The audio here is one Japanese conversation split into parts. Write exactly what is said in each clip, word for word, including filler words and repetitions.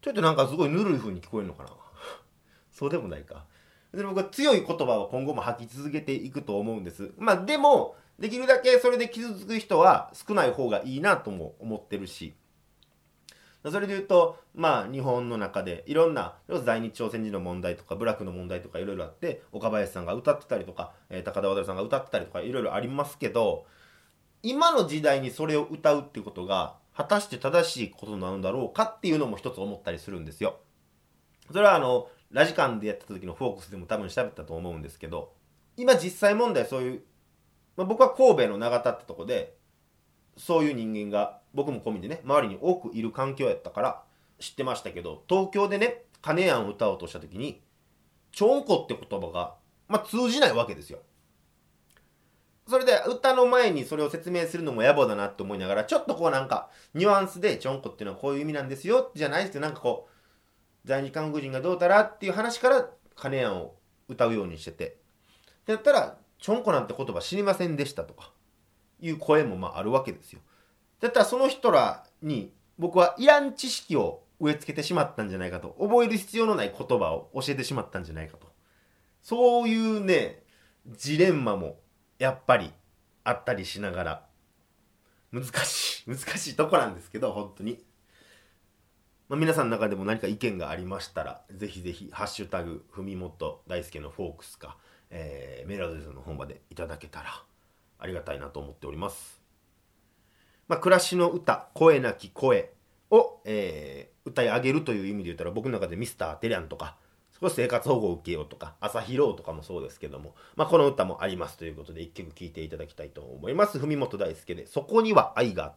ちょっとなんかすごいぬるい風に聞こえるのかなそうでもないか。で僕は強い言葉は今後も吐き続けていくと思うんです。まあでもできるだけそれで傷つく人は少ない方がいいなとも思ってるし、それで言うとまあ日本の中でいろんな在日朝鮮人の問題とか部落の問題とかいろいろあって、岡林さんが歌ってたりとか、えー、高田渡さんが歌ってたりとかいろいろありますけど、今の時代にそれを歌うっていうことが果たして正しいことなのだろうかっていうのも一つ思ったりするんですよ。それはあのラジカンでやった時のフォークスでも多分喋ったと思うんですけど、今実際問題そういう、まあ、僕は神戸の長田ってとこでそういう人間が僕も込みでね周りに多くいる環境やったから知ってましたけど、東京でね金やんを歌おうとした時にちょんこって言葉が、まあ、通じないわけですよ。それで歌の前にそれを説明するのも野暮だなって思いながら、ちょっとこうなんかニュアンスでちょんこっていうのはこういう意味なんですよじゃないですけど、なんかこう在日韓国人がどうたらっていう話から金やんを歌うようにしてて、だったらちょんこなんて言葉知りませんでしたとかいう声もまああるわけですよ。だったらその人らに僕はいらん知識を植え付けてしまったんじゃないかと、覚える必要のない言葉を教えてしまったんじゃないかと、そういうねジレンマもやっぱりあったりしながら、難しい難しいとこなんですけど、本当に、まあ、皆さんの中でも何か意見がありましたらぜひぜひハッシュタグふみもと大輔のフォークスか、えー、メールアドレスの方までいただけたらありがたいなと思っております。まあ、暮らしの歌、声なき声を、えー、歌い上げるという意味で言ったら、僕の中でミスターテリャンとか少し生活保護を受けようとか朝日ローとかもそうですけども、まあ、この歌もありますということで一曲聴いていただきたいと思います。文本大輔でそこには愛があった。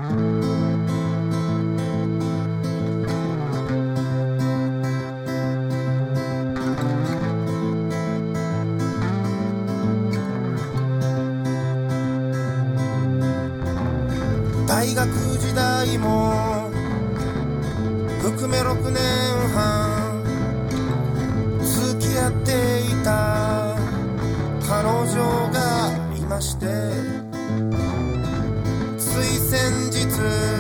大学時代も含めろくねんはん付き合っていた彼女がいまして、つい先日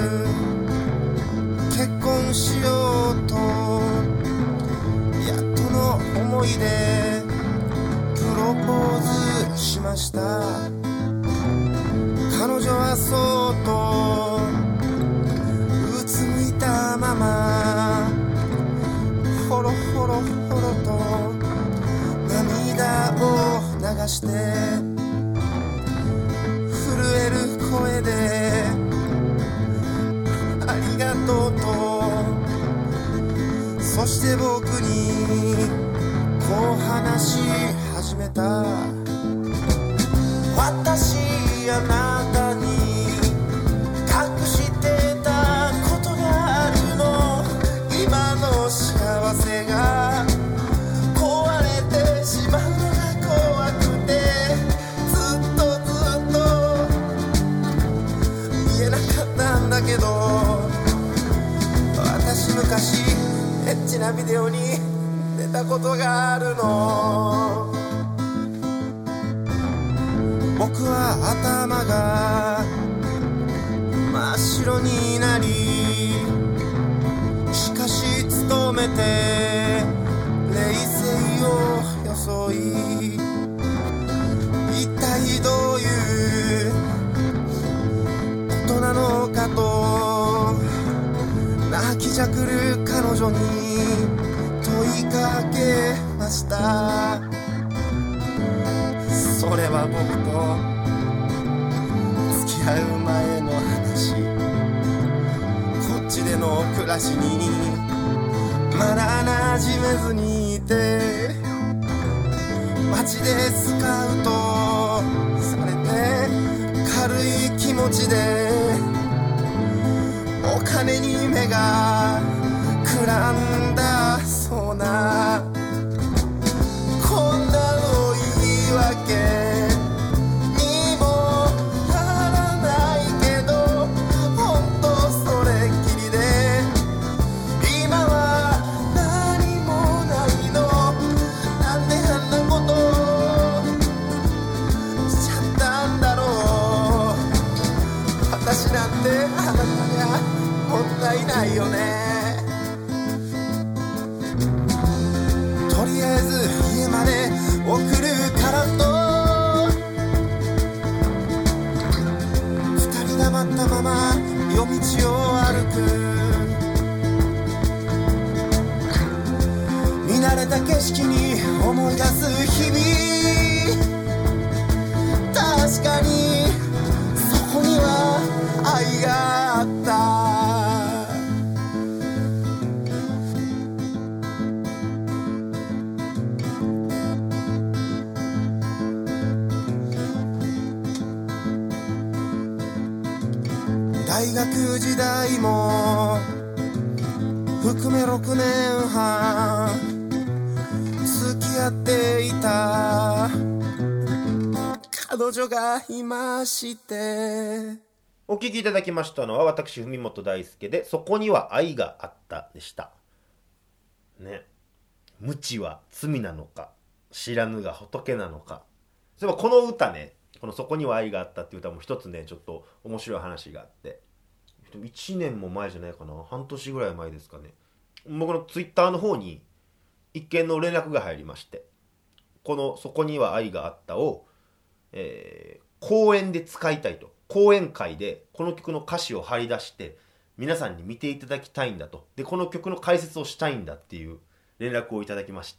結婚しようとやっとの思いでプロポーズしました。彼女はそっとうつむいたままほろほろほろと涙を流して震える声でありがとうと、そして僕にこう話し始めた。私あなたに隠してたことがあるの、今の幸せが壊れてしまうのが怖くて、ずっとずっと見えなかったんだけど、私昔エッチなビデオに出たことがあるの。僕は頭が真っ白になり、しかし努めて冷静を装い、一体どういうことなのかと泣きじゃくる彼女に問いかけました。それは僕と付き合う前の話、こっちでの暮らしにまだ馴染めずにいて、街でスカウトされて軽い気持ちでお金に目がくらんだそうな、こんなの言い訳にもならないけど、ほんとそれっきりで今は何もないの。なんであんなことしちゃったんだろう。私なんてあなたにはもったいないよね。 た景色に思い出す日々、確かにそこには愛があった。大学時代も含めろくねんはん付き合っていた彼女がいまして。 お聞きいただきましたのは私文本大輔でそこには愛があったでしたね。無知は罪なのか知らぬが仏なのか。そういえばこの歌ね、このそこには愛があったっていう歌も一つねちょっと面白い話があって、いちねんも前じゃないかな、半年ぐらい前ですかね、僕のツイッターの方に一件の連絡が入りまして、このそこには愛があったを、えー、公演で使いたいと、講演会でこの曲の歌詞を張り出して皆さんに見ていただきたいんだと、でこの曲の解説をしたいんだっていう連絡をいただきまして、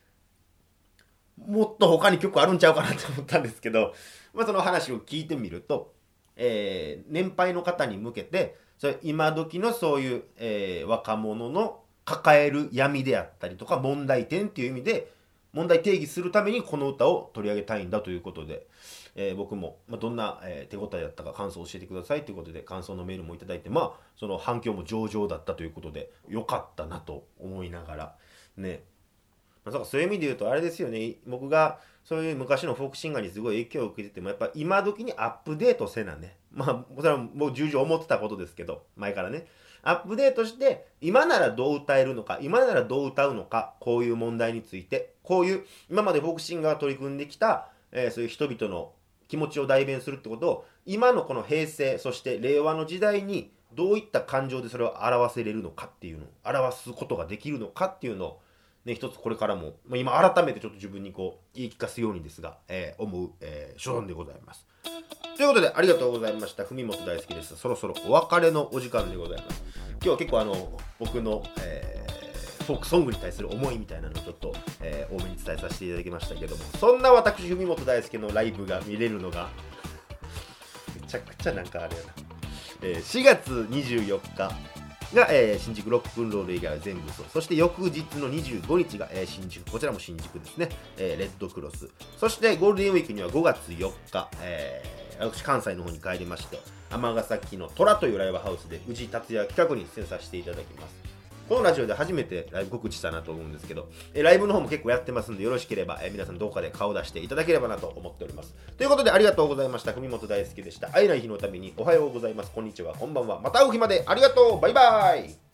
もっと他に曲あるんちゃうかなと思ったんですけど、まあ、その話を聞いてみると、えー、年配の方に向けてそれ今時のそういう、えー、若者の抱える闇であったりとか問題点っていう意味で問題定義するためにこの歌を取り上げたいんだということで、えー、僕も、まあ、どんな、えー、手応えだったか感想を教えてくださいということで感想のメールもいただいて、まあその反響も上々だったということでよかったなと思いながらね。まあ、そういう意味で言うとあれですよね、僕がそういう昔のフォークシンガーにすごい影響を受けててもやっぱ今時にアップデートせなね、まあそれはもう重々思ってたことですけど、前からねアップデートして今ならどう歌えるのか、今ならどう歌うのか、こういう問題についてこういう今までフォークシンガーが取り組んできた、えー、そういう人々の気持ちを代弁するってことを今のこの平成そして令和の時代にどういった感情でそれを表せれるのかっていうのを表すことができるのかっていうのをね、一つこれからも、まあ、今改めてちょっと自分にこう言い聞かすようにですが、えー、思う、えー、所存でございます。ということでありがとうございました。文本大輔です。そろそろお別れのお時間でございます。今日は結構あの僕の、えー、フォークソングに対する思いみたいなのをちょっと、えー、多めに伝えさせていただきましたけども、そんな私文本大輔のライブが見れるのがめちゃくちゃなんかあれやな、えー、しがつにじゅうよっかが、えー、新宿ロックンロール以外は全部そう。そして翌日のにじゅうごにちが、えー、新宿、こちらも新宿ですね、えー、レッドクロス。そしてゴールデンウィークにはごがつよっか、えー、私関西の方に帰りまして尼崎の虎というライブハウスで宇治達也企画に出演させていただきます。このラジオで初めてライブ告知したなと思うんですけど、えライブの方も結構やってますんで、よろしければ、え皆さんどこかで顔出していただければなと思っております。ということでありがとうございました。文本大輔でした。会えない日のためにおはようございます、こんにちは、こんばんは、また会う日までありがとう、バイバイ。